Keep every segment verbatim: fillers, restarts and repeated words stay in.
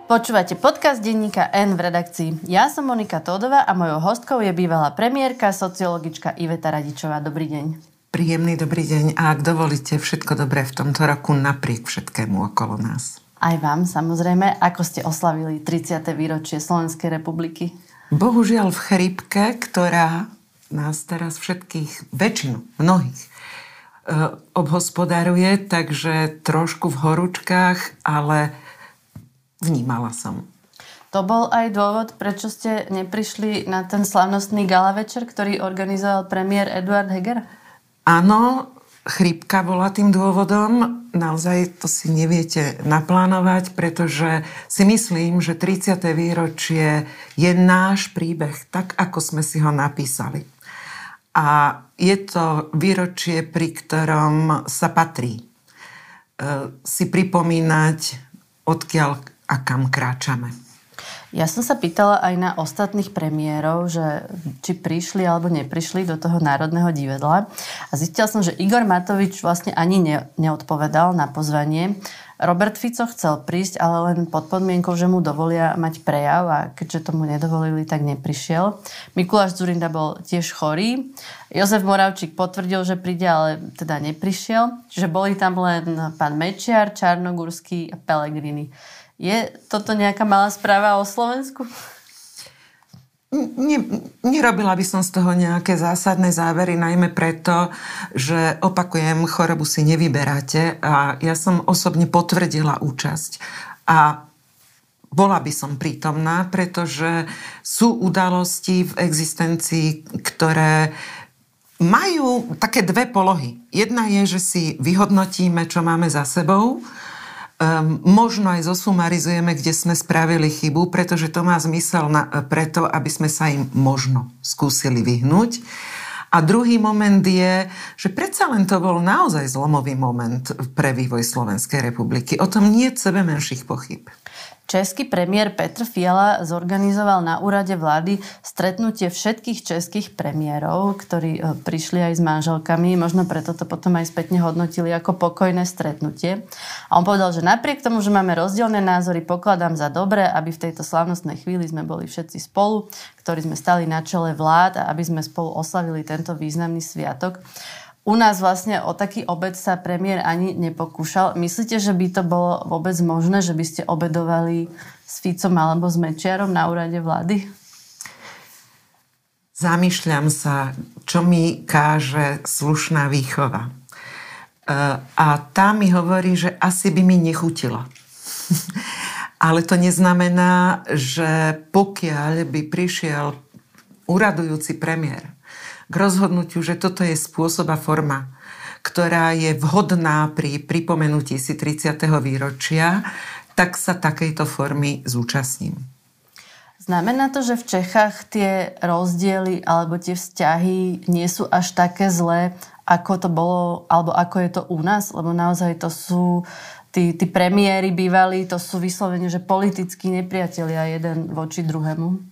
Počúvate podcast denníka N v redakcii. Ja som Monika Tódová a mojou hostkou je bývalá premiérka, sociologička Iveta Radičová. Dobrý deň. Príjemný dobrý deň a ak dovolíte, všetko dobré v tomto roku napriek všetkému okolo nás. Aj vám, samozrejme. Ako ste oslavili tridsiate výročie Slovenskej republiky? Bohužiaľ v chrípke, ktorá nás teraz všetkých, väčšinu, mnohých, e, obhospodaruje, takže trošku v horúčkách, ale vnímala som. To bol aj dôvod, prečo ste neprišli na ten slavnostný gala večer, ktorý organizoval premiér Eduard Heger? Áno, chrípka bola tým dôvodom. Naozaj to si neviete naplánovať, pretože si myslím, že tridsiate výročie je náš príbeh, tak ako sme si ho napísali. A je to výročie, pri ktorom sa patrí e, si pripomínať, odkiaľ a kam kráčame. Ja som sa pýtala aj na ostatných premiérov, že či prišli alebo neprišli do toho Národného divadla. A zistila som, že Igor Matovič vlastne ani ne, neodpovedal na pozvanie. Robert Fico chcel prísť, ale len pod podmienkou, že mu dovolia mať prejav a keďže tomu nedovolili, tak neprišiel. Mikuláš Dzurinda bol tiež chorý. Jozef Moravčík potvrdil, že príde, ale teda neprišiel. Čiže boli tam len pán Mečiar, Čarnogurský a Pellegrini. Je toto nejaká malá správa o Slovensku? Nie, nerobila by som z toho nejaké zásadné závery, najmä preto, že opakujem, chorobu si nevyberáte a ja som osobne potvrdila účasť a bola by som prítomná, pretože sú udalosti v existencii, ktoré majú také dve polohy. Jedna je, že si vyhodnotíme, čo máme za sebou. Um, možno aj zosumarizujeme, kde sme spravili chybu, pretože to má zmysel na, preto, aby sme sa im možno skúsili vyhnúť. A druhý moment je, že predsa len to bol naozaj zlomový moment pre vývoj Slovenskej republiky. O tom nie je sebe menších pochyb. Český premiér Petr Fiala zorganizoval na úrade vlády stretnutie všetkých českých premiérov, ktorí prišli aj s manželkami. Možno preto to potom aj spätne hodnotili ako pokojné stretnutie. A on povedal, že napriek tomu, že máme rozdielne názory, pokladám za dobré, aby v tejto slávnostnej chvíli sme boli všetci spolu, ktorí sme stali na čele vlád a aby sme spolu oslavili tento významný sviatok. U nás vlastne o taký obed sa premiér ani nepokúšal. Myslíte, že by to bolo vôbec možné, že by ste obedovali s Ficom alebo s Mečiarom na úrade vlády? Zamýšľam sa, čo mi káže slušná výchova. A tá mi hovorí, že asi by mi nechutilo. Ale to neznamená, že pokiaľ by prišiel uradujúci premiér k rozhodnutiu, že toto je spôsob a forma, ktorá je vhodná pri pripomenutí si tridsiateho výročia, tak sa takejto formy zúčastním. Znamená to, že v Čechách tie rozdiely alebo tie vzťahy nie sú až také zlé, ako to bolo, alebo ako je to u nás? Lebo naozaj to sú tí, tí premiéri bývali, to sú vyslovene, že politickí nepriatelia jeden voči druhému.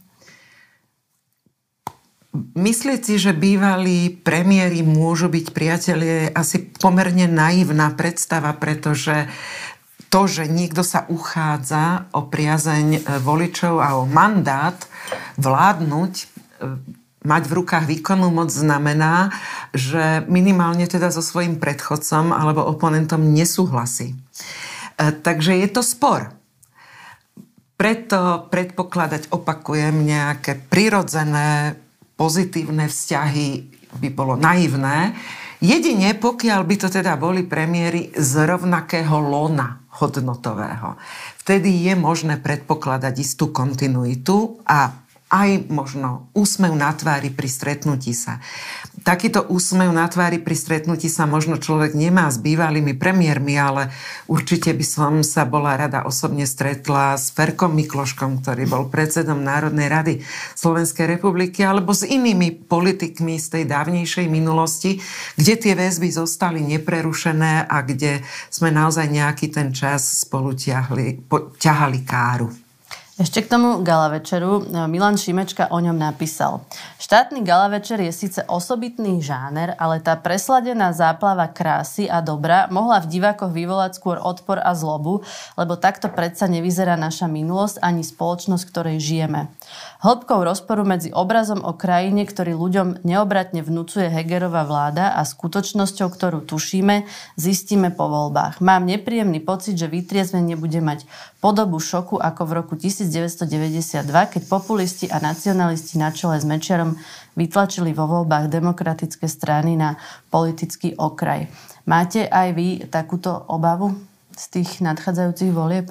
Myslieť si, že bývalí premiéri môžu byť priatelia, je asi pomerne naivná predstava, pretože to, že niekto sa uchádza o priazeň voličov a o mandát vládnuť, mať v rukách výkonnú moc znamená, že minimálne teda so svojím predchodcom alebo oponentom nesúhlasí. Takže je to spor. Preto predpokladať, opakujem, nejaké prirodzené pozitívne vzťahy by bolo naivné. Jedine pokiaľ by to teda boli premiéri z rovnakého lona hodnotového. Vtedy je možné predpokladať istú kontinuitu a aj možno úsmev na tvári pri stretnutí sa. Takýto úsmev na tvári pri stretnutí sa možno človek nemá s bývalými premiérmi, ale určite by som sa bola rada osobne stretla s Ferkom Mikloškom, ktorý bol predsedom Národnej rady Slovenskej republiky, alebo s inými politikmi z tej dávnejšej minulosti, kde tie väzby zostali neprerušené a kde sme naozaj nejaký ten čas spolu ťahli, ťahali káru. Ešte k tomu gala večeru Milan Šimečka o ňom napísal. Štátny gala večer je síce osobitný žáner, ale tá presladená záplava krásy a dobra mohla v divákoch vyvolať skôr odpor a zlobu, lebo takto predsa nevyzerá naša minulosť ani spoločnosť, v ktorej žijeme. Hĺbkou rozporu medzi obrazom o krajine, ktorý ľuďom neobratne vnúcuje Hegerová vláda a skutočnosťou, ktorú tušíme, zistíme po voľbách. Mám nepríjemný pocit, že vytriezvenie bude mať podobu šoku ako v roku devätnásťstodeväťdesiatdva, keď populisti a nacionalisti na čele s Mečiarom vytlačili vo voľbách demokratické strany na politický okraj. Máte aj vy takúto obavu z tých nadchádzajúcich volieb?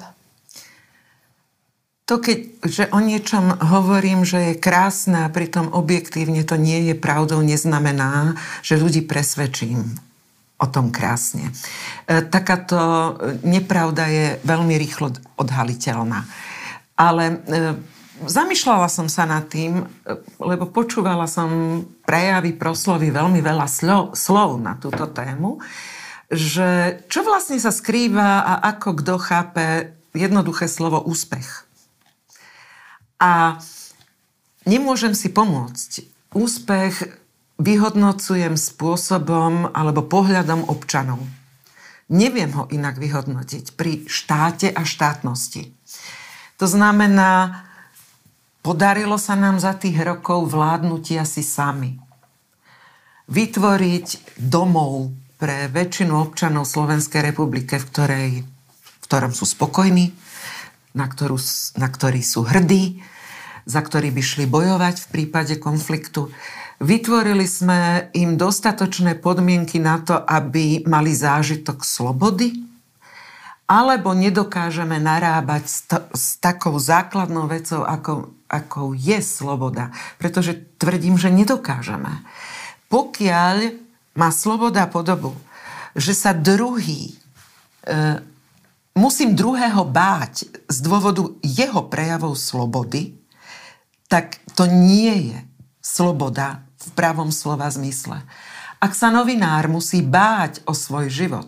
To, keď, že o niečom hovorím, že je krásne a pritom objektívne to nie je pravdou, neznamená, že ľudí presvedčím o tom krásne. E, takáto nepravda je veľmi rýchlo odhaliteľná. Ale e, zamýšľala som sa nad tým, e, lebo počúvala som prejavy, proslovy, veľmi veľa slov, slov na túto tému, že čo vlastne sa skrýva a ako kto chápe jednoduché slovo úspech. A nemôžem si pomôcť. Úspech vyhodnocujem spôsobom alebo pohľadom občanov. Neviem ho inak vyhodnotiť pri štáte a štátnosti. To znamená, podarilo sa nám za tých rokov vládnutia si sami. Vytvoriť domov pre väčšinu občanov Slovenskej republiky, v, ktorej, v ktorom sú spokojní, na, ktorú, na ktorý sú hrdí, za ktorý by šli bojovať v prípade konfliktu. Vytvorili sme im dostatočné podmienky na to, aby mali zážitok slobody, alebo nedokážeme narábať s, t- s takou základnou vecou, ako, ako je sloboda. Pretože tvrdím, že nedokážeme. Pokiaľ má sloboda podobu, že sa druhý, e, musím druhého báť z dôvodu jeho prejavov slobody, tak to nie je sloboda v pravom slova zmysle. Ak sa novinár musí báť o svoj život,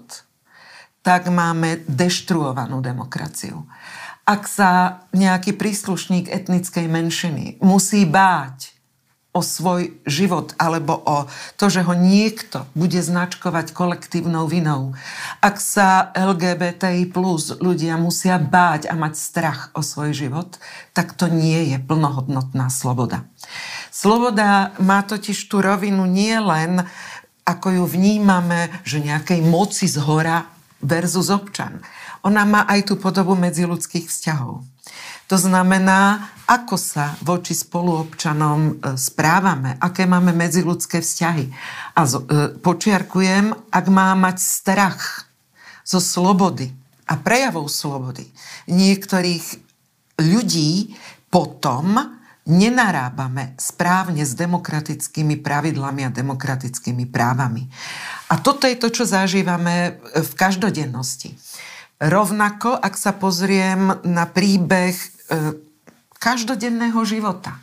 tak máme deštruovanú demokraciu. Ak sa nejaký príslušník etnickej menšiny musí báť o svoj život alebo o to, že ho niekto bude značkovať kolektívnou vinou, ak sa el gé bé té í plus ľudia musia báť a mať strach o svoj život, tak to nie je plnohodnotná sloboda. Sloboda má totiž tú rovinu nie len, ako ju vnímame, že nejakej moci zhora versus občan. Ona má aj tú podobu medziľudských vzťahov. To znamená, ako sa voči spoluobčanom správame, aké máme medziľudské vzťahy. A počiarkujem, ak má mať strach zo slobody a prejavov slobody niektorých ľudí, potom nenarábame správne s demokratickými pravidlami a demokratickými právami. A toto je to, čo zažívame v každodennosti. Rovnako, ak sa pozriem na príbeh e, každodenného života,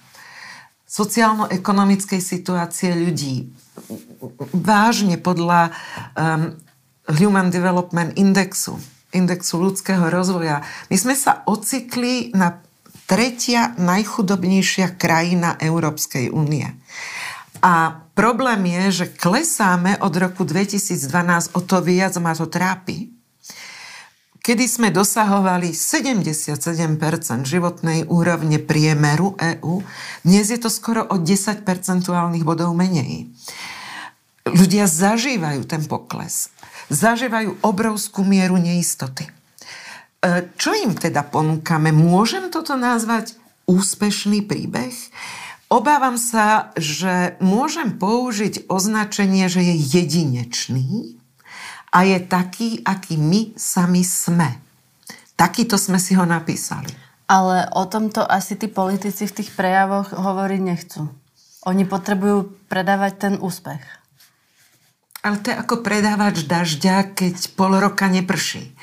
sociálno-ekonomickej situácie ľudí, vážne podľa um, Human Development Indexu, indexu ľudského rozvoja, my sme sa ocitli na tretia najchudobnejšia krajina Európskej únie. A problém je, že klesáme od roku dvetisícdvanásť, o to viac ma to trápi, kedy sme dosahovali sedemdesiatsedem percent životnej úrovne priemeru EÚ, dnes je to skoro o desať percentuálnych bodov menej. Ľudia zažívajú ten pokles. Zažívajú obrovskú mieru neistoty. Čo im teda ponúkame? Môžem toto nazvať úspešný príbeh? Obávam sa, že môžem použiť označenie, že je jedinečný, a je taký, aký my sami sme. Takýto sme si ho napísali. Ale o tomto asi tí politici v tých prejavoch hovoriť nechcú. Oni potrebujú predávať ten úspech. Ale to je ako predávač dažďa, keď pol roka neprší.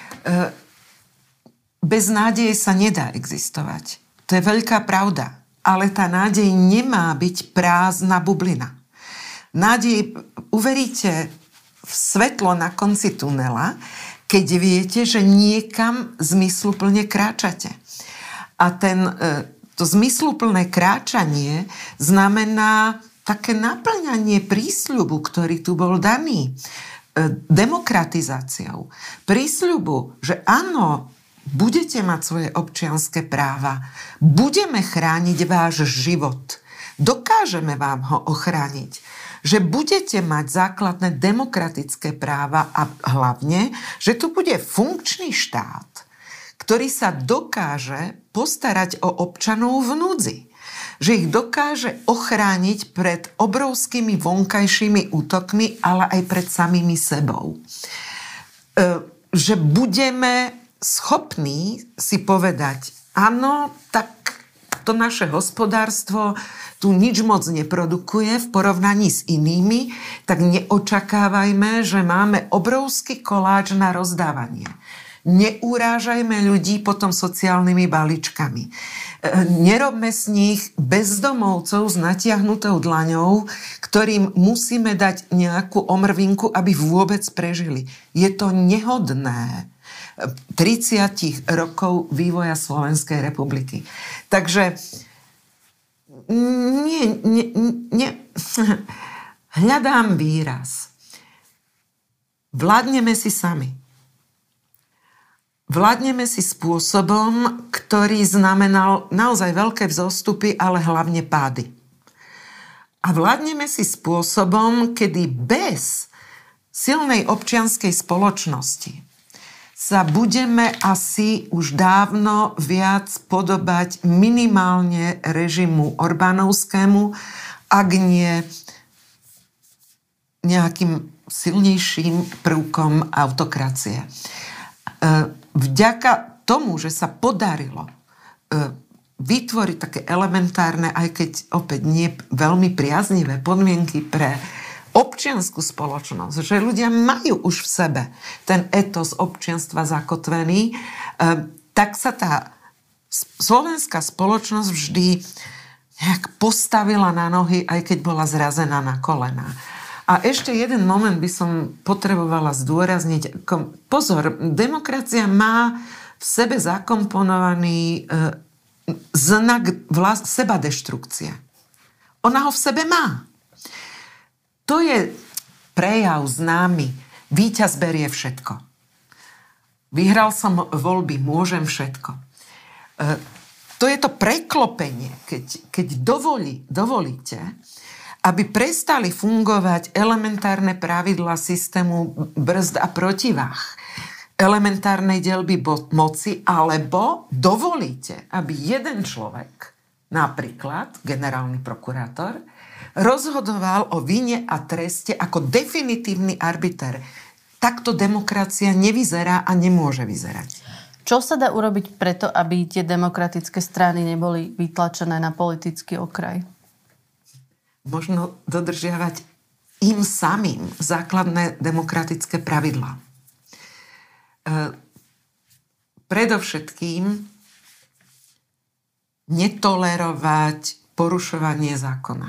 Bez nádeje sa nedá existovať. To je veľká pravda. Ale tá nádej nemá byť prázdna bublina. Nádej, uveríte v svetlo na konci tunela, keď viete, že niekam zmysluplne kráčate. A ten, to zmysluplné kráčanie znamená také naplňanie prísľubu, ktorý tu bol daný demokratizáciou. Prísľubu, že áno, budete mať svoje občianske práva, budeme chrániť váš život, dokážeme vám ho ochrániť, že budete mať základné demokratické práva a hlavne, že tu bude funkčný štát, ktorý sa dokáže postarať o občanov v núdzi. Že ich dokáže ochrániť pred obrovskými vonkajšími útokmi, ale aj pred samými sebou. E, že budeme schopní si povedať, áno, tak to naše hospodárstvo tu nič moc neprodukuje v porovnaní s inými, tak neočakávajme, že máme obrovský koláč na rozdávanie. Neurážajme ľudí potom sociálnymi balíčkami. Nerobme z nich bezdomovcov s natiahnutou dlaňou, ktorým musíme dať nejakú omrvinku, aby vôbec prežili. Je to nehodné tridsať rokov vývoja Slovenskej republiky. Takže nie, nie, nie, hľadám výraz. Vládneme si sami. Vládneme si spôsobom, ktorý znamenal naozaj veľké vzostupy, ale hlavne pády. A vládneme si spôsobom, kedy bez silnej občianskej spoločnosti sa budeme asi už dávno viac podobať minimálne režimu Orbánovskému, ak nie nejakým silnejším prvkom autokracie. Vďaka tomu, že sa podarilo vytvoriť také elementárne, aj keď opäť nie veľmi priaznivé podmienky pre občiansku spoločnosť, že ľudia majú už v sebe ten etos občianstva zakotvený, tak sa tá slovenská spoločnosť vždy nejak postavila na nohy, aj keď bola zrazená na kolená. A ešte jeden moment by som potrebovala zdôrazniť. Pozor, demokracia má v sebe zakomponovaný e, znak vlast, sebadeštrukcie. Ona ho v sebe má. To je prejav známy. Víťaz berie všetko. Vyhral som voľby, môžem všetko. E, to je to preklopenie, keď, keď dovolí, dovolíte, aby prestali fungovať elementárne pravidlá systému brzd a protiváh, elementárnej deľby moci, alebo dovolíte, aby jeden človek, napríklad generálny prokurátor, rozhodoval o vine a treste ako definitívny arbiter. Takto demokracia nevyzerá a nemôže vyzerať. Čo sa dá urobiť preto, aby tie demokratické strany neboli vytlačené na politický okraj? Možno dodržiavať im samým základné demokratické pravidlá. E, predovšetkým netolerovať porušovanie zákona.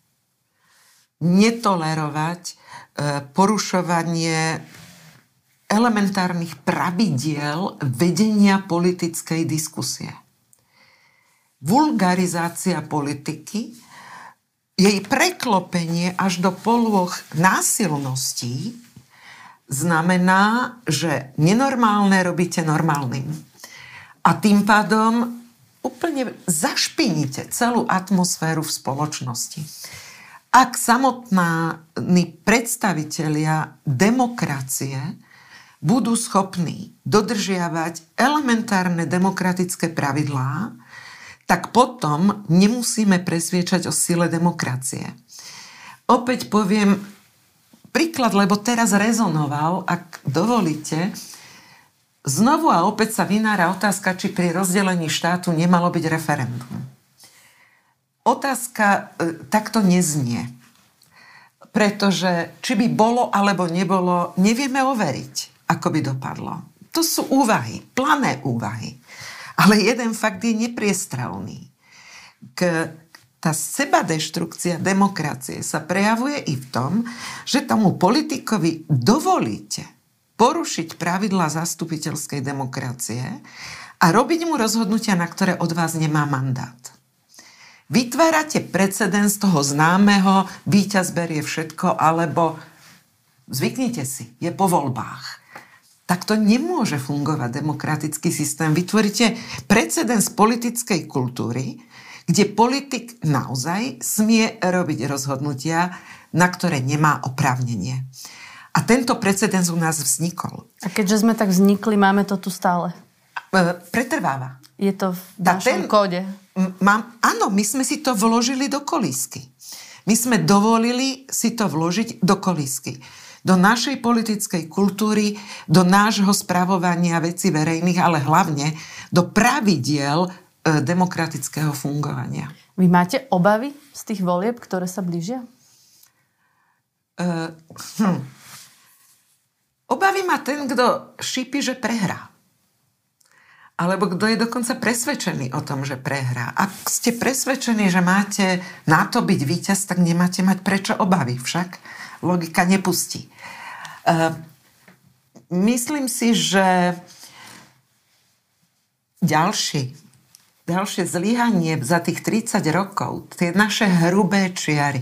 Netolerovať e, porušovanie elementárnych pravidiel vedenia politickej diskusie. Vulgarizácia politiky, jej preklopenie až do polôch násilností znamená, že nenormálne robíte normálnym. A tým pádom úplne zašpiníte celú atmosféru v spoločnosti. Ak samotní predstavitelia demokracie budú schopní dodržiavať elementárne demokratické pravidlá, tak potom nemusíme presviečať o sile demokracie. Opäť poviem príklad, lebo teraz rezonoval, ak dovolíte. Znovu a opäť sa vynára otázka, či pri rozdelení štátu nemalo byť referendum. Otázka e, takto neznie. Pretože či by bolo alebo nebolo, nevieme overiť, ako by dopadlo. To sú úvahy, plané úvahy. Ale jeden fakt je nepriestrelný. K, tá sebadeštrukcia demokracie sa prejavuje i v tom, že tomu politikovi dovolíte porušiť pravidlá zastupiteľskej demokracie a robiť mu rozhodnutia, na ktoré od vás nemá mandát. Vytvárate precedens toho známeho, víťaz berie všetko, alebo zvyknite si, je po voľbách. Tak to nemôže fungovať demokratický systém. Vytvoríte precedens politickej kultúry, kde politik naozaj smie robiť rozhodnutia, na ktoré nemá oprávnenie. A tento precedens u nás vznikol. A keďže sme tak vznikli, máme to tu stále? Pretrváva. Je to v našom ten, kóde? Mám, áno, my sme si to vložili do kolísky. My sme dovolili si to vložiť do kolísky. Do našej politickej kultúry, do nášho spravovania vecí verejných, ale hlavne do pravidiel e, demokratického fungovania. Vy máte obavy z tých volieb, ktoré sa blížia? Uh, hm. Obavy má ten, kto šípi, že prehrá. Alebo kto je dokonca presvedčený o tom, že prehrá. Ak ste presvedčení, že máte na to byť víťaz, tak nemáte mať prečo obavy. Však logika nepustí. Uh, myslím si, že ďalší, ďalšie zlyhanie za tých tridsať rokov, tie naše hrubé čiary,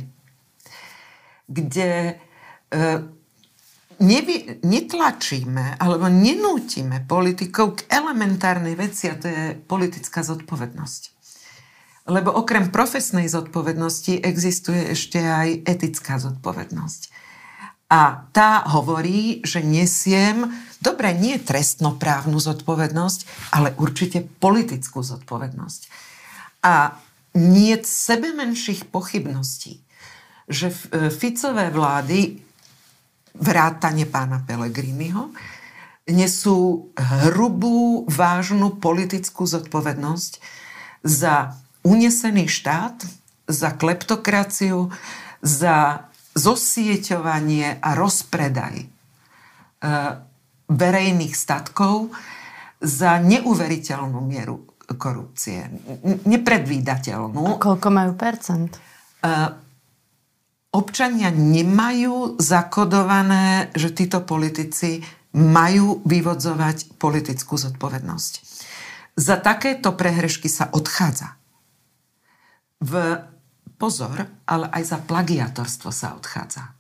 kde uh, Nevy, netlačíme alebo nenútime politikov k elementárnej veci, a to je politická zodpovednosť. Lebo okrem profesnej zodpovednosti existuje ešte aj etická zodpovednosť. A tá hovorí, že nesiem, dobre, nie trestnoprávnu zodpovednosť, ale určite politickú zodpovednosť. A nie sebe menších pochybností, že Ficové vlády vrátane pána Pellegriniho nesú hrubú, vážnu politickú zodpovednosť za unesený štát, za kleptokraciu, za zosieťovanie a rozpredaj e, verejných statkov, za neuveriteľnú mieru korupcie. Nepredvídateľnú. A koľko majú percent? E, Občania nemajú zakodované, že títo politici majú vyvodzovať politickú zodpovednosť. Za takéto prehrešky sa odchádza. V, pozor, ale aj za plagiatorstvo sa odchádza.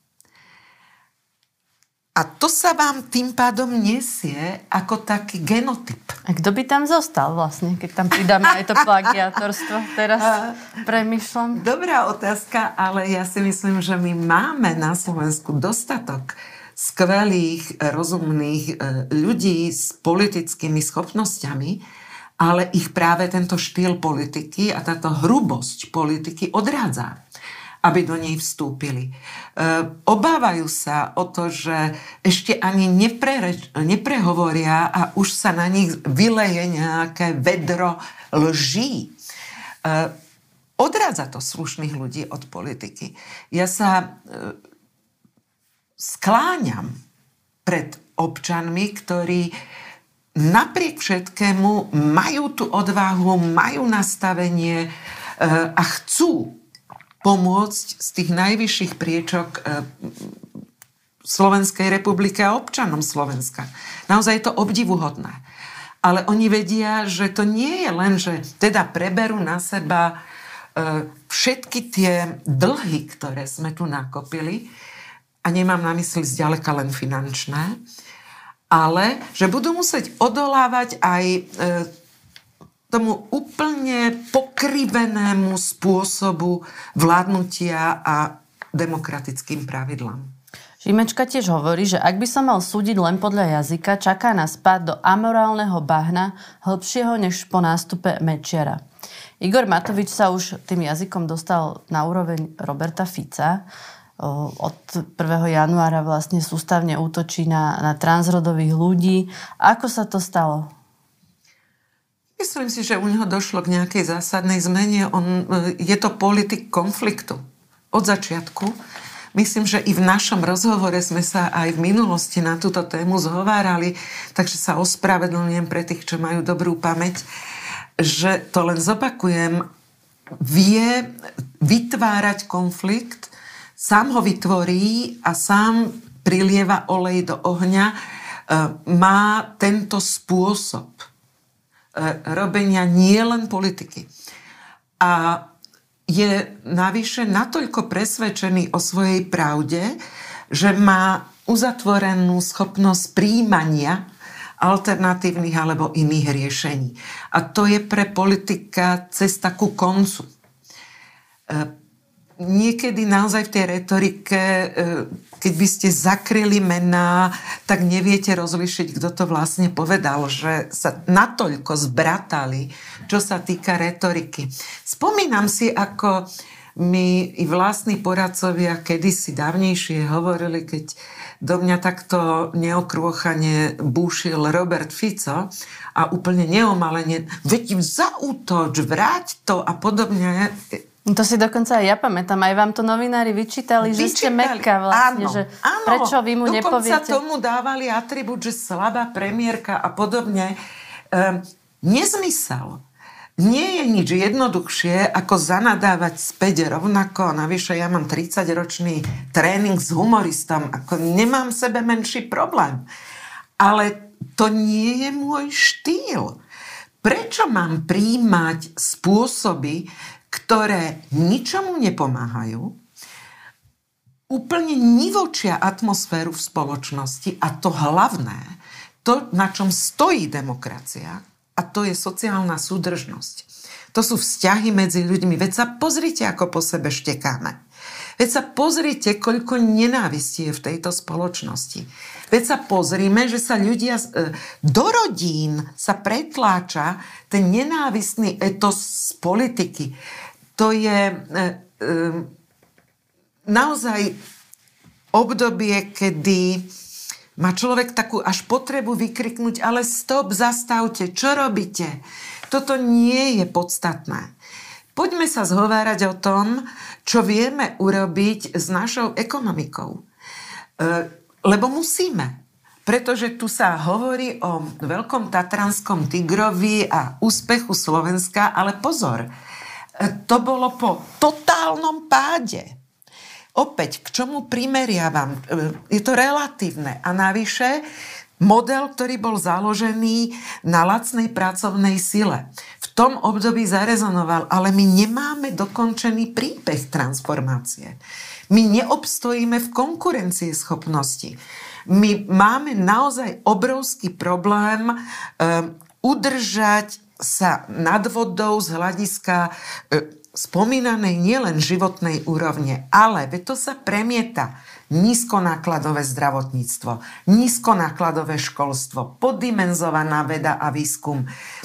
A to sa vám tým pádom nesie ako taký genotyp. A kto by tam zostal vlastne, keď tam pridáme aj to plagiátorstvo? Teraz premýšľam. Dobrá otázka, ale ja si myslím, že my máme na Slovensku dostatok skvelých, rozumných ľudí s politickými schopnosťami, ale ich práve tento štýl politiky a táto hrubosť politiky odrádza, aby do nej vstúpili. E, obávajú sa o to, že ešte ani nepre, neprehovoria a už sa na nich vyleje nejaké vedro lží. E, odrádza to slušných ľudí od politiky. Ja sa e, skláňam pred občanmi, ktorí napriek všetkému majú tú odvahu, majú nastavenie e, a chcú pomôcť z tých najvyšších priečok Slovenskej republiky a občanom Slovenska. Naozaj je to obdivuhodné. Ale oni vedia, že to nie je len, že teda preberú na seba všetky tie dlhy, ktoré sme tu nakopili, a nemám na mysli zďaleka len finančné, ale že budú musieť odolávať aj tomu úplne pokrivenému spôsobu vládnutia a demokratickým pravidlám. Šimečka tiež hovorí, že ak by som mal súdiť len podľa jazyka, čaká nás pád do amorálneho bahna hlbšieho než po nástupe Mečiara. Igor Matovič sa už tým jazykom dostal na úroveň Roberta Fica. Od prvého januára vlastne sústavne útočí na, na transrodových ľudí. Ako sa to stalo? Myslím si, že u neho došlo k nejakej zásadnej zmene. On, je to politik konfliktu. Od začiatku. Myslím, že i v našom rozhovore sme sa aj v minulosti na túto tému zhovárali, takže sa ospravedlňujem pre tých, čo majú dobrú pamäť, že to len zopakujem, vie vytvárať konflikt, sám ho vytvorí a sám prilieva olej do ohňa, má tento spôsob robenia nie len politiky. A je navyše natoľko presvedčený o svojej pravde, že má uzatvorenú schopnosť príjmania alternatívnych alebo iných riešení. A to je pre politika cesta ku koncu. Niekedy naozaj v tej retorike, keď by ste zakryli mená, tak neviete rozlišiť, kto to vlastne povedal, že sa natoľko zbratali, čo sa týka retoriky. Spomínam si, ako mi i vlastní poradcovia kedysi dávnejšie hovorili, keď do mňa takto neokrôchane búšil Robert Fico a úplne neomalene, veď zaútoč, vráť to a podobne. To si dokonca aj ja pamätám. Aj vám to novinári vyčítali, vyčítali. že ste mäkká vlastne. Áno, že áno. Prečo vy mu dokonca nepoviete? Dokonca tomu dávali atribút, že slabá premiérka a podobne. Ehm, nezmysel. Nie je nič jednoduchšie, ako zanadávať späť rovnako. Navyše ja mám tridsaťročný tréning s humoristom. Ako nemám sebe menší problém. Ale to nie je môj štýl. Prečo mám prijímať spôsoby, ktoré ničomu nepomáhajú, úplne nivočia atmosféru v spoločnosti a to hlavné, to, na čom stojí demokracia, a to je sociálna súdržnosť. To sú vzťahy medzi ľuďmi. Veď sa pozrite, ako po sebe štekáme. Veď sa pozrite, koľko nenávistí je v tejto spoločnosti. Veď sa pozrime, že sa ľudia do rodín sa pretláča ten nenávistný etos z politiky. To je e, e, naozaj obdobie, kedy má človek takú až potrebu vykriknúť, ale stop, zastavte, čo robíte? Toto nie je podstatné. Poďme sa zhovárať o tom, čo vieme urobiť s našou ekonomikou. E, lebo musíme. Pretože tu sa hovorí o veľkom tatranskom tigrovi a úspechu Slovenska, ale pozor, e, to bolo po totálnom páde. Opäť, k čomu primeriavam? E, je to relatívne. A navyše, model, ktorý bol založený na lacnej pracovnej sile. V tom období zarezonoval, ale my nemáme dokončený príbeh transformácie. My neobstojíme v konkurencieschopnosti. My máme naozaj obrovský problém um, udržať sa nad vodou z hľadiska um, spomínanej nielen životnej úrovne, ale to sa premieta nízkonákladové zdravotníctvo, nízkonákladové školstvo, poddimenzovaná veda a výskum.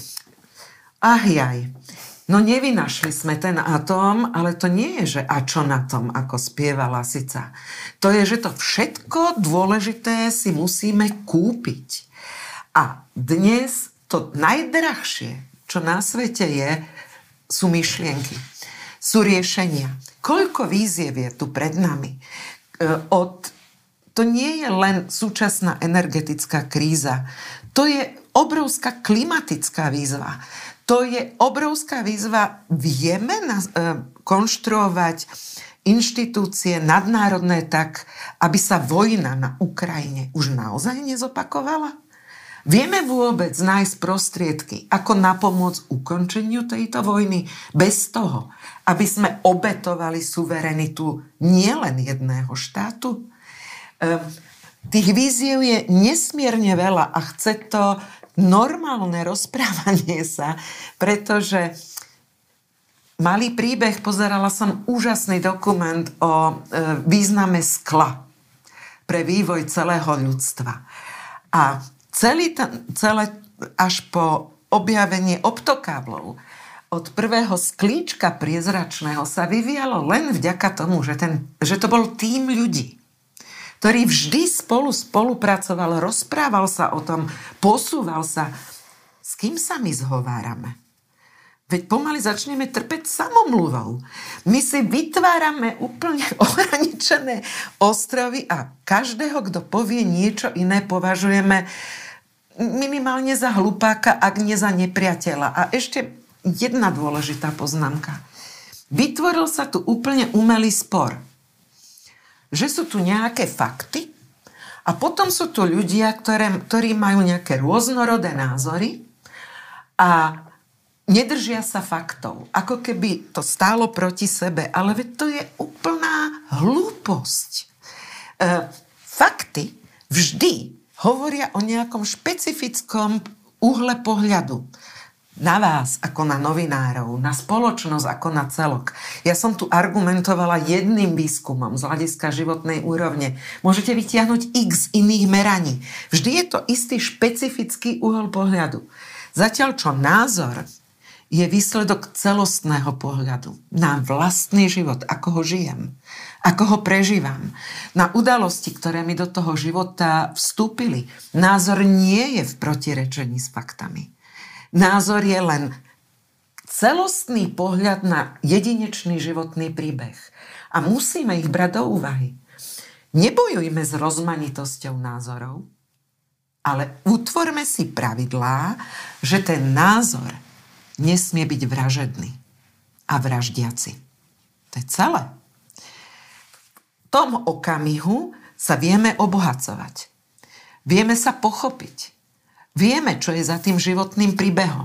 Ach jaj, no nevynašli sme ten atóm, ale to nie je, že a čo na tom, ako spieva Lasica. To je, že to všetko dôležité si musíme kúpiť. A dnes to najdrahšie, čo na svete je, sú myšlienky, sú riešenia. Koľko výziev je tu pred nami? Od, to nie je len súčasná energetická kríza. To je obrovská klimatická výzva. To je obrovská výzva. Vieme na, e, konštruovať inštitúcie nadnárodné tak, aby sa vojna na Ukrajine už naozaj nezopakovala? Vieme vôbec nájsť prostriedky, ako napomôcť ukončeniu tejto vojny bez toho, aby sme obetovali suverenitu nielen jedného štátu? E, tých víziev je nesmierne veľa a chce to normálne rozprávanie sa, pretože malý príbeh, pozerala som úžasný dokument o e, význame skla pre vývoj celého ľudstva. A celý ten, celé až po objavenie optokáblov od prvého sklíčka priezračného sa vyvíjalo len vďaka tomu, že, ten, že to bol tím ľudí, ktorý vždy spolu spolupracoval, rozprával sa o tom, posúval sa. S kým sa my zhovárame? Veď pomaly začneme trpeť samomluvou. My si vytvárame úplne ohraničené ostrovy a každého, kto povie niečo iné, považujeme minimálne za hlupáka, ak nie za nepriateľa. A ešte jedna dôležitá poznámka. Vytvoril sa tu úplne umelý spor. Že sú tu nejaké fakty a potom sú tu ľudia, ktoré, ktorí majú nejaké rôznorodé názory a nedržia sa faktov. Ako keby to stálo proti sebe. Ale veď to je úplná hlúposť. E, fakty vždy hovoria o nejakom špecifickom uhle pohľadu. Na vás, ako na novinárov, na spoločnosť, ako na celok. Ja som tu argumentovala jedným výskumom z hľadiska životnej úrovne. Môžete vytiahnuť x iných meraní. Vždy je to istý špecifický uhol pohľadu. Zatiaľ, čo názor je výsledok celostného pohľadu na vlastný život, ako ho žijem, ako ho prežívam, na udalosti, ktoré mi do toho života vstúpili. Názor nie je v protirečení s faktami. Názor je len celostný pohľad na jedinečný životný príbeh. A musíme ich brať do úvahy. Nebojujme s rozmanitosťou názorov, ale utvorme si pravidlá, že ten názor nesmie byť vražedný a vraždiaci. To je celé. V tom okamihu sa vieme obohacovať. Vieme sa pochopiť. Vieme, čo je za tým životným príbehom.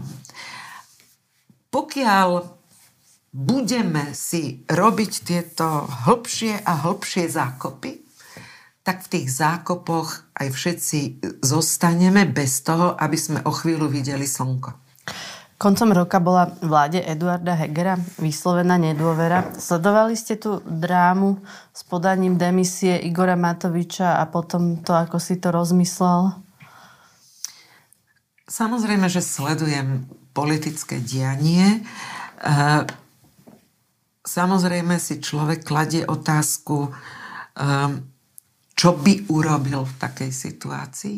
Pokiaľ budeme si robiť tieto hlbšie a hlbšie zákopy, tak v tých zákopoch aj všetci zostaneme bez toho, aby sme o chvíľu videli slnko. Koncom roka bola vláde Eduarda Hegera vyslovená nedôvera. Sledovali ste tú drámu s podaním demisie Igora Matoviča a potom to, ako si to rozmyslel? Samozrejme, že sledujem politické dianie. Samozrejme si človek kladie otázku, čo by urobil v takej situácii.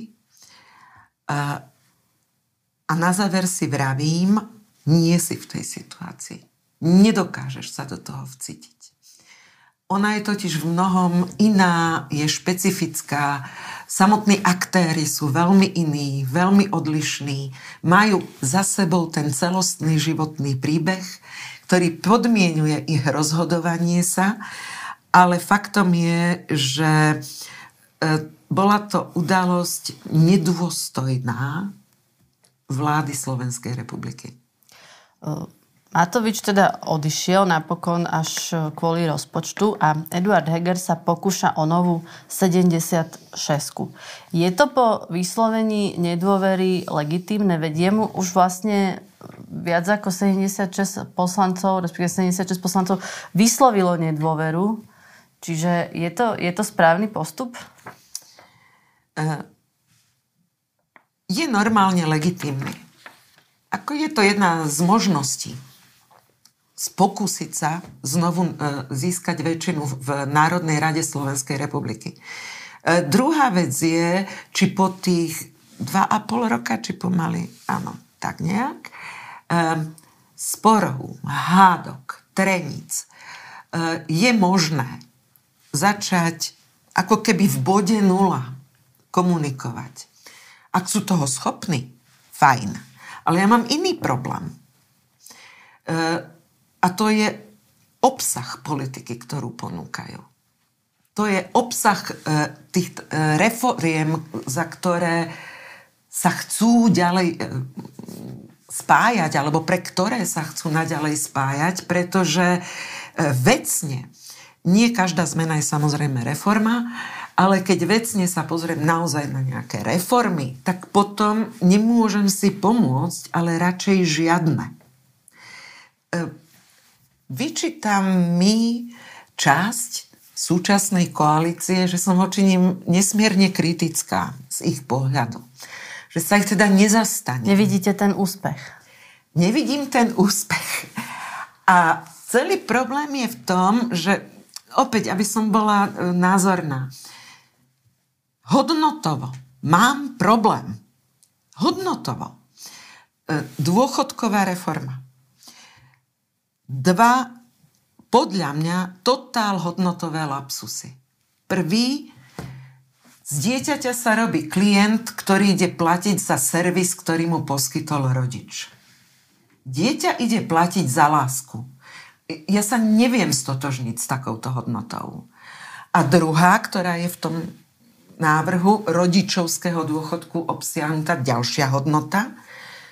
A na záver si vravím, nie si v tej situácii. Nedokážeš sa do toho vcítiť. Ona je totiž v mnohom iná, je špecifická. Samotní aktéri sú veľmi iní, veľmi odlišní. Majú za sebou ten celostný životný príbeh, ktorý podmienuje ich rozhodovanie sa. Ale faktom je, že bola to udalosť nedôstojná vlády Slovenskej republiky. Matovič teda odišiel napokon až kvôli rozpočtu a Eduard Heger sa pokúša o novú sedemdesiatšesť. Je to po vyslovení nedôvery legitímne? Veď jemu už vlastne viac ako sedemdesiatšesť poslancov, respektíve sedemdesiatšesť poslancov vyslovilo nedôveru. Čiže je to, je to správny postup? Je normálne legitímny. Ako je to jedna z možností spokúsiť sa znovu získať väčšinu v Národnej rade Slovenskej republiky. Druhá vec je, či po tých dva a pol roka, či pomaly, áno, tak nejak, sporov, hádok, treníc, je možné začať ako keby v bode nula komunikovať. Ak sú toho schopní, fajn. Ale ja mám iný problém. A to je obsah politiky, ktorú ponúkajú. To je obsah tých reforiem, za ktoré sa chcú ďalej spájať, alebo pre ktoré sa chcú naďalej spájať, pretože vecne nie každá zmena je samozrejme reforma, ale keď vecne sa pozriem naozaj na nejaké reformy, tak potom nemôžem si pomôcť, ale radšej žiadne. Vyčítam mi časť súčasnej koalície, že som voči nim nesmierne kritická z ich pohľadu. Že sa ich teda nezastane. Nevidíte ten úspech? Nevidím ten úspech. A celý problém je v tom, že opäť, aby som bola názorná, hodnotovo mám problém. Hodnotovo. Dôchodková reforma. Dva, podľa mňa, totál hodnotové lapsusy. Prvý, z dieťaťa sa robí klient, ktorý ide platiť za servis, ktorý mu poskytol rodič. Dieťa ide platiť za lásku. Ja sa neviem stotožniť s takouto hodnotou. A druhá, ktorá je v tom návrhu rodičovského dôchodku obsiahnutá, ďalšia hodnota,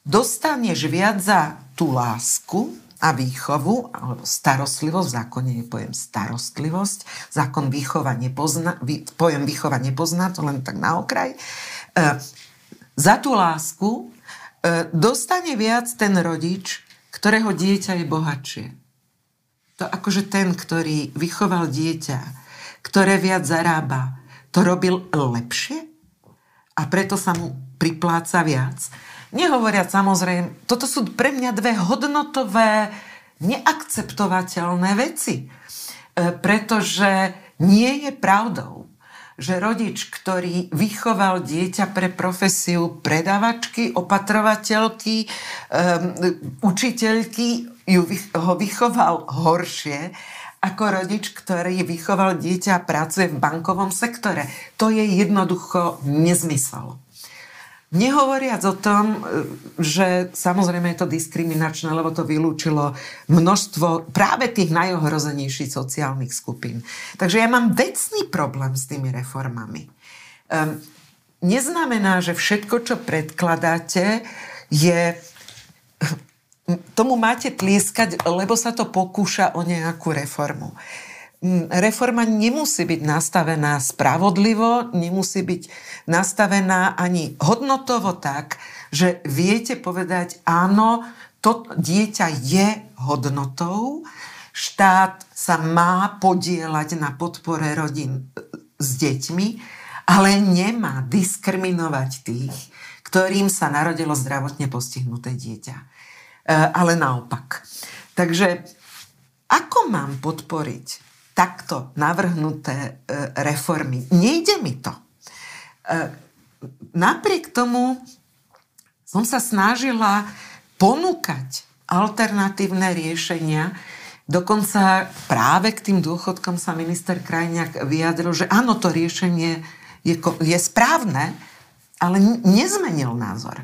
dostaneš viac za tú lásku a výchovu, alebo starostlivosť, v zákone je pojem starostlivosť, zákon výchova nepozná, pojem výchova nepozná, to len tak na okraj. E, za tú lásku e, dostane viac ten rodič, ktorého dieťa je bohatšie. To akože ten, ktorý vychoval dieťa, ktoré viac zarába, to robil lepšie a preto sa mu pripláca viac. Nehovoriac samozrejme, toto sú pre mňa dve hodnotové, neakceptovateľné veci. E, pretože nie je pravdou, že rodič, ktorý vychoval dieťa pre profesiu predavačky, opatrovateľky, um, učiteľky, ju, ho vychoval horšie ako rodič, ktorý vychoval dieťa a pracuje v bankovom sektore. To je jednoducho nezmysel. Nehovoriac o tom, že samozrejme je to diskriminačné, lebo to vylúčilo množstvo práve tých najohrozenejších sociálnych skupín. Takže ja mám vecný problém s tými reformami. Um, neznamená, že všetko, čo predkladáte, je... tomu máte tlieskať, lebo sa to pokúša o nejakú reformu. Reforma nemusí byť nastavená spravodlivo, nemusí byť nastavená ani hodnotovo tak, že viete povedať, áno, to dieťa je hodnotou, štát sa má podieľať na podpore rodín s deťmi, ale nemá diskriminovať tých, ktorým sa narodilo zdravotne postihnuté dieťa. E, ale naopak. Takže ako mám podporiť takto navrhnuté reformy? Nejde mi to. Napriek tomu som sa snažila ponúkať alternatívne riešenia. Dokonca práve k tým dôchodkom sa minister Krajniak vyjadril, že áno, to riešenie je, je správne, ale nezmenil názor.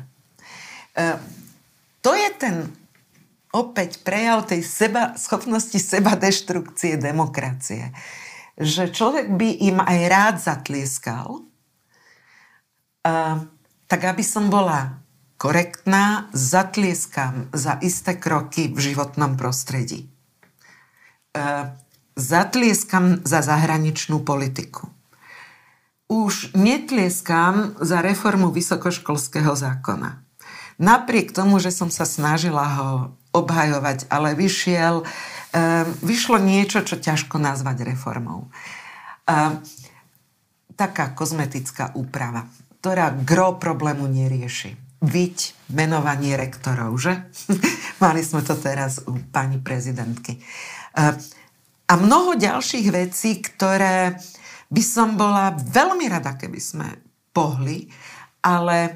To je ten opäť prejav tej seba, schopnosti seba deštrukcie demokracie. Že človek by im aj rád zatlieskal, uh, tak aby som bola korektná, zatlieskam za isté kroky v životnom prostredí. Uh, zatlieskam za zahraničnú politiku. Už netlieskam za reformu vysokoškolského zákona. Napriek tomu, že som sa snažila ho obhajovať, ale vyšiel, um, vyšlo niečo, čo ťažko nazvať reformou. Um, taká kozmetická úprava, ktorá gro problému nerieši. Viď menovanie rektorov, že? Mali sme to teraz u pani prezidentky. Um, a mnoho ďalších vecí, ktoré by som bola veľmi rada, keby sme pohli, ale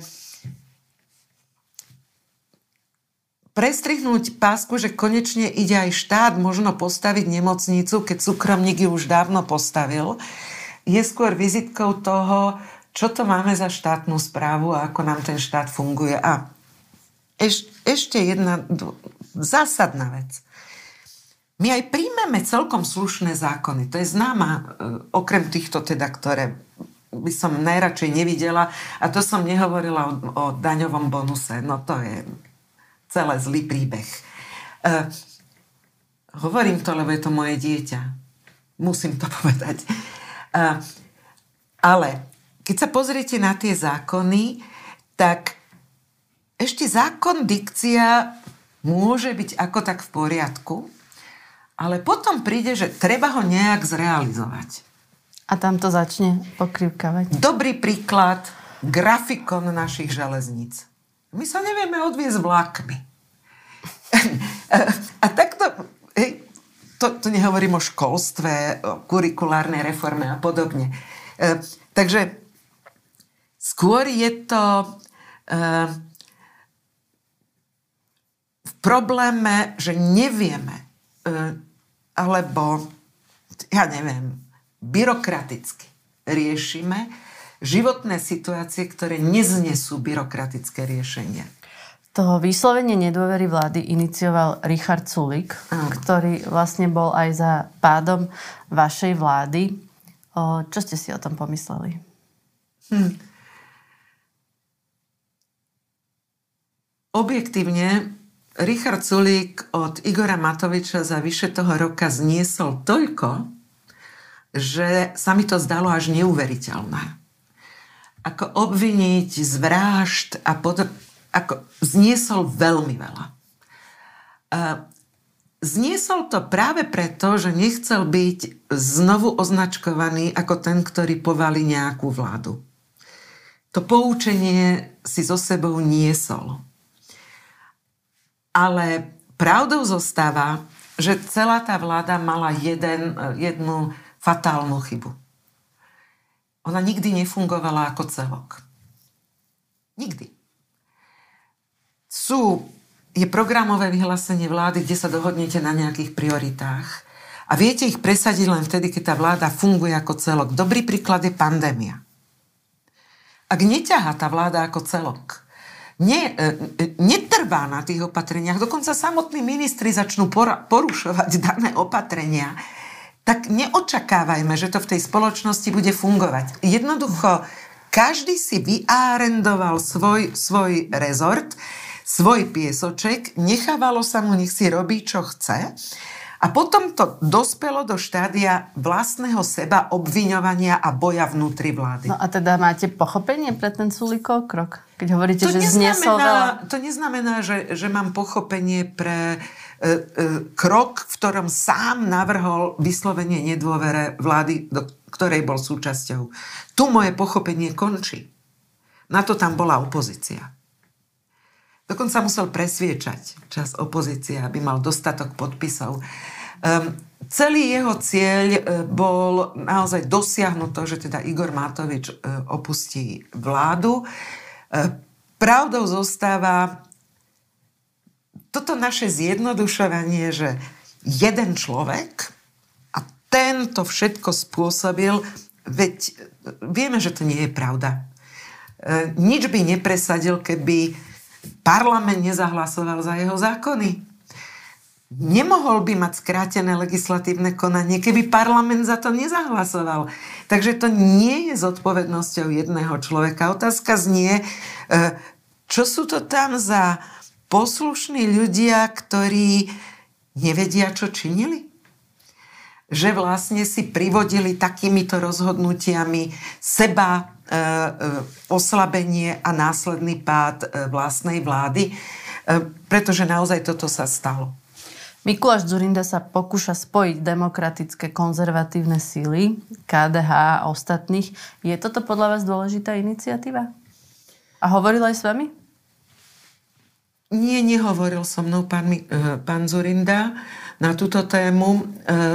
prestrihnúť pásku, že konečne ide aj štát možno postaviť nemocnicu, keď súkromník ju už dávno postavil, je skôr vizitkou toho, čo to máme za štátnu správu a ako nám ten štát funguje. A eš, ešte jedna zásadná vec. My aj príjmeme celkom slušné zákony. To je známa, okrem týchto teda, ktoré by som najradšej nevidela. A to som nehovorila o, o daňovom bonuse. No to je celé zlý príbeh. Uh, hovorím to, lebo je to moje dieťa. Musím to povedať. Uh, ale keď sa pozriete na tie zákony, tak ešte zákon dikcia môže byť ako tak v poriadku, ale potom príde, že treba ho nejak zrealizovať. A tam to začne pokrývkavať. Dobrý príklad, grafikon našich železníc. My sa nevieme odviesť vlákmi. A takto, hej, to, to nehovorím o školstve, o kurikulárnej reforme a podobne. E, takže skôr je to e, v probléme, že nevieme, e, alebo, ja neviem, byrokraticky riešime životné situácie, ktoré neznesú byrokratické riešenia. To vyslovenie nedôvery vlády inicioval Richard Sulík, mm. ktorý vlastne bol aj za pádom vašej vlády. O, čo ste si o tom pomysleli? Hm. objektívne Richard Sulík od Igora Matoviča za vyše toho roka zniesol toľko, že sa mi to zdalo až neuveriteľné. Ako obviniť z vražd a pod... ako zniesol veľmi veľa. Zniesol to práve preto, že nechcel byť znovu označkovaný ako ten, ktorý povalí nejakú vládu. To poučenie si so sebou niesol. Ale pravdou zostáva, že celá tá vláda mala jeden, jednu fatálnu chybu. Ona nikdy nefungovala ako celok. Nikdy. Sú, je programové vyhlásenie vlády, kde sa dohodnete na nejakých prioritách a viete ich presadiť len vtedy, keď tá vláda funguje ako celok. Dobrý príklad je pandémia. Ak neťahá tá vláda ako celok, Ne, netrvá na tých opatreniach, dokonca samotní ministri začnú porušovať dané opatrenia, tak neočakávajme, že to v tej spoločnosti bude fungovať. Jednoducho, každý si vyarendoval svoj, svoj rezort, svoj piesoček, nechávalo sa mu, nech si robí, čo chce. A potom to dospelo do štádia vlastného seba obviňovania a boja vnútri vlády. No a teda máte pochopenie pre ten Sulíkov krok? Keď hovoríte, to že zniesol veľa... To neznamená, že, že mám pochopenie pre e, e, krok, v ktorom sám navrhol vyslovenie nedôvere vlády, do ktorej bol súčasťou. Tu moje pochopenie končí. Na to tam bola opozícia. Dokonca musel presviečať čas opozície, aby mal dostatok podpisov. Um, celý jeho cieľ uh, bol naozaj dosiahnuť to, že teda Igor Matovič uh, opustí vládu. Uh, pravdou zostáva toto naše zjednodušovanie, že jeden človek a tento všetko spôsobil, veď vieme, že to nie je pravda. Uh, nič by nepresadil, keby parlament nezahlasoval za jeho zákony. Nemohol by mať skrátené legislatívne konanie, keby parlament za to nezahlasoval. Takže to nie je zodpovednosťou jedného človeka. Otázka znie, čo sú to tam za poslušní ľudia, ktorí nevedia, čo činili? Že vlastne si privodili takýmito rozhodnutiami seba oslabenie a následný pád vlastnej vlády, pretože naozaj toto sa stalo. Mikuláš Dzurinda sa pokúša spojiť demokratické konzervatívne síly, ká dé há a ostatných. Je toto podľa vás dôležitá iniciatíva? A hovoril aj s vami? Nie, nehovoril so mnou pán, pán Dzurinda na túto tému.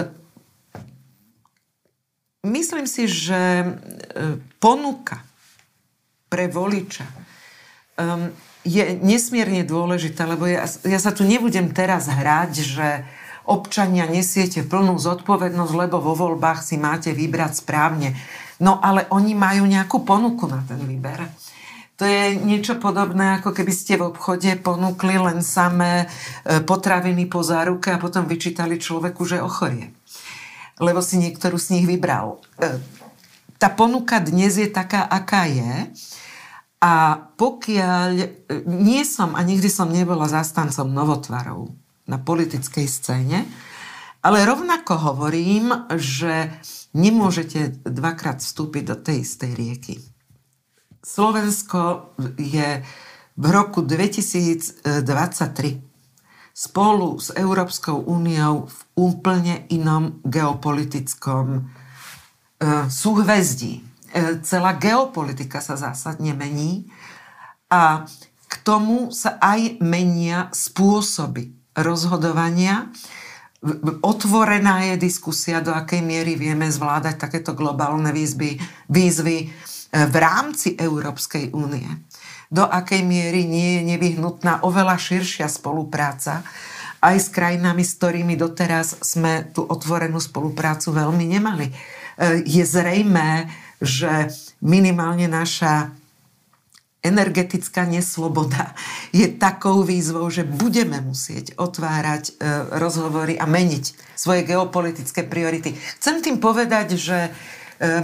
Myslím si, že ponuka pre voliča um, je nesmierne dôležitá, lebo ja, ja sa tu nebudem teraz hrať, že občania nesiete plnú zodpovednosť, lebo vo voľbách si máte vybrať správne. No ale oni majú nejakú ponuku na ten výber. To je niečo podobné, ako keby ste v obchode ponúkli len samé potraviny po záruke a potom vyčítali človeku, že ochorie. Lebo si niektorú z nich vybral. Tá ponuka dnes je taká, aká je. A pokiaľ nie som a nikdy som nebola zastancom novotvarov na politickej scéne, ale rovnako hovorím, že nemôžete dvakrát vstúpiť do tej istej rieky. Slovensko je v roku dvetisícdvadsaťtri spolu s Európskou úniou v úplne inom geopolitickom e, súhvezdí. E, celá geopolitika sa zásadne mení a k tomu sa aj menia spôsoby rozhodovania. Otvorená je diskusia, do akej miery vieme zvládať takéto globálne výzvy, výzvy v rámci Európskej únie. Do akej miery nie je nevyhnutná oveľa širšia spolupráca aj s krajinami, s ktorými doteraz sme tú otvorenú spoluprácu veľmi nemali. Je zrejmé, že minimálne naša energetická nesloboda je takou výzvou, že budeme musieť otvárať rozhovory a meniť svoje geopolitické priority. Chcem tým povedať, že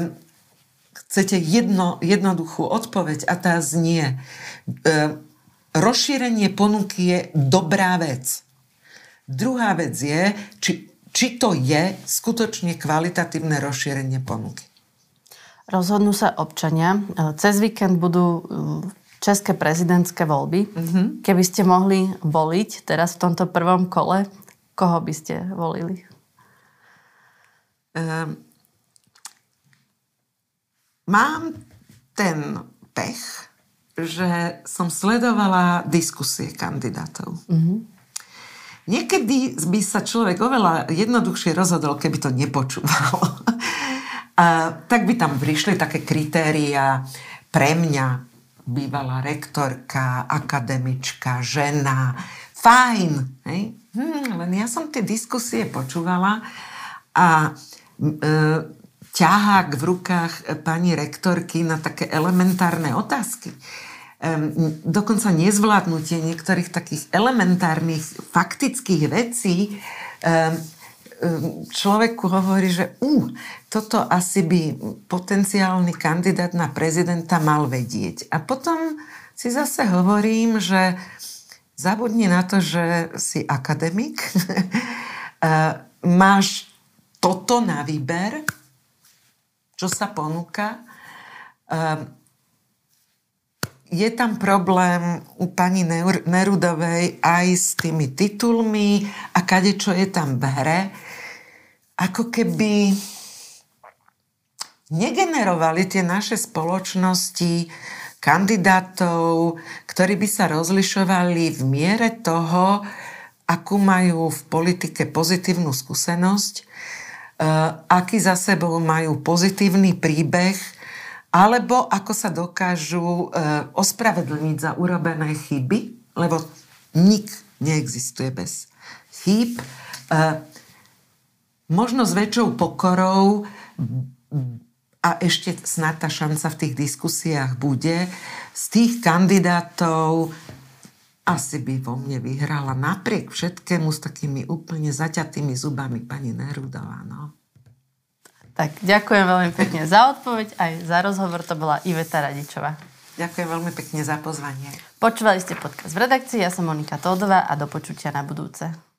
chcete jedno, jednoduchú odpoveď a tá znie. rozšírenie ponuky je dobrá vec. Druhá vec je, či, či to je skutočne kvalitatívne rozšírenie ponuky. Rozhodnú sa občania. Cez víkend budú české prezidentské voľby. Mm-hmm. Keby ste mohli voliť teraz v tomto prvom kole, koho by ste volili? Um, mám ten pech, že som sledovala diskusie kandidátov. Mm-hmm. Niekedy by sa človek oveľa jednoduchšie rozhodol, keby to nepočúval. A tak by tam prišli také kritériá pre mňa. Bývalá rektorka, akademička, žena. Fajn. Hej? Hm, len ja som tie diskusie počúvala a e, ťahák v rukách pani rektorky na také elementárne otázky. E, dokonca nezvládnutie niektorých takých elementárnych faktických vecí e, človeku hovorí, že uh, toto asi by potenciálny kandidát na prezidenta mal vedieť. A potom si zase hovorím, že zabudni na to, že si akademik, máš toto na výber, čo sa ponúka. Je tam problém u pani Nerudovej aj s tými titulmi a kadečo je tam v hre. Ako keby negenerovali tie naše spoločnosti kandidátov, ktorí by sa rozlišovali v miere toho, akú majú v politike pozitívnu skúsenosť, aký za sebou majú pozitívny príbeh, alebo ako sa dokážu ospravedlniť za urobené chyby, lebo nik neexistuje bez chýb. Možno s väčšou pokorou a ešte snad tá šanca v tých diskusiách bude, z tých kandidátov asi by vo mne vyhrala napriek všetkému s takými úplne zaťatými zubami pani Nerudová. No. Tak ďakujem veľmi pekne za odpoveď aj za rozhovor. To bola Iveta Radičová. Ďakujem veľmi pekne za pozvanie. Počúvali ste podcast v redakcii, ja som Monika Tódová a do počutia na budúce.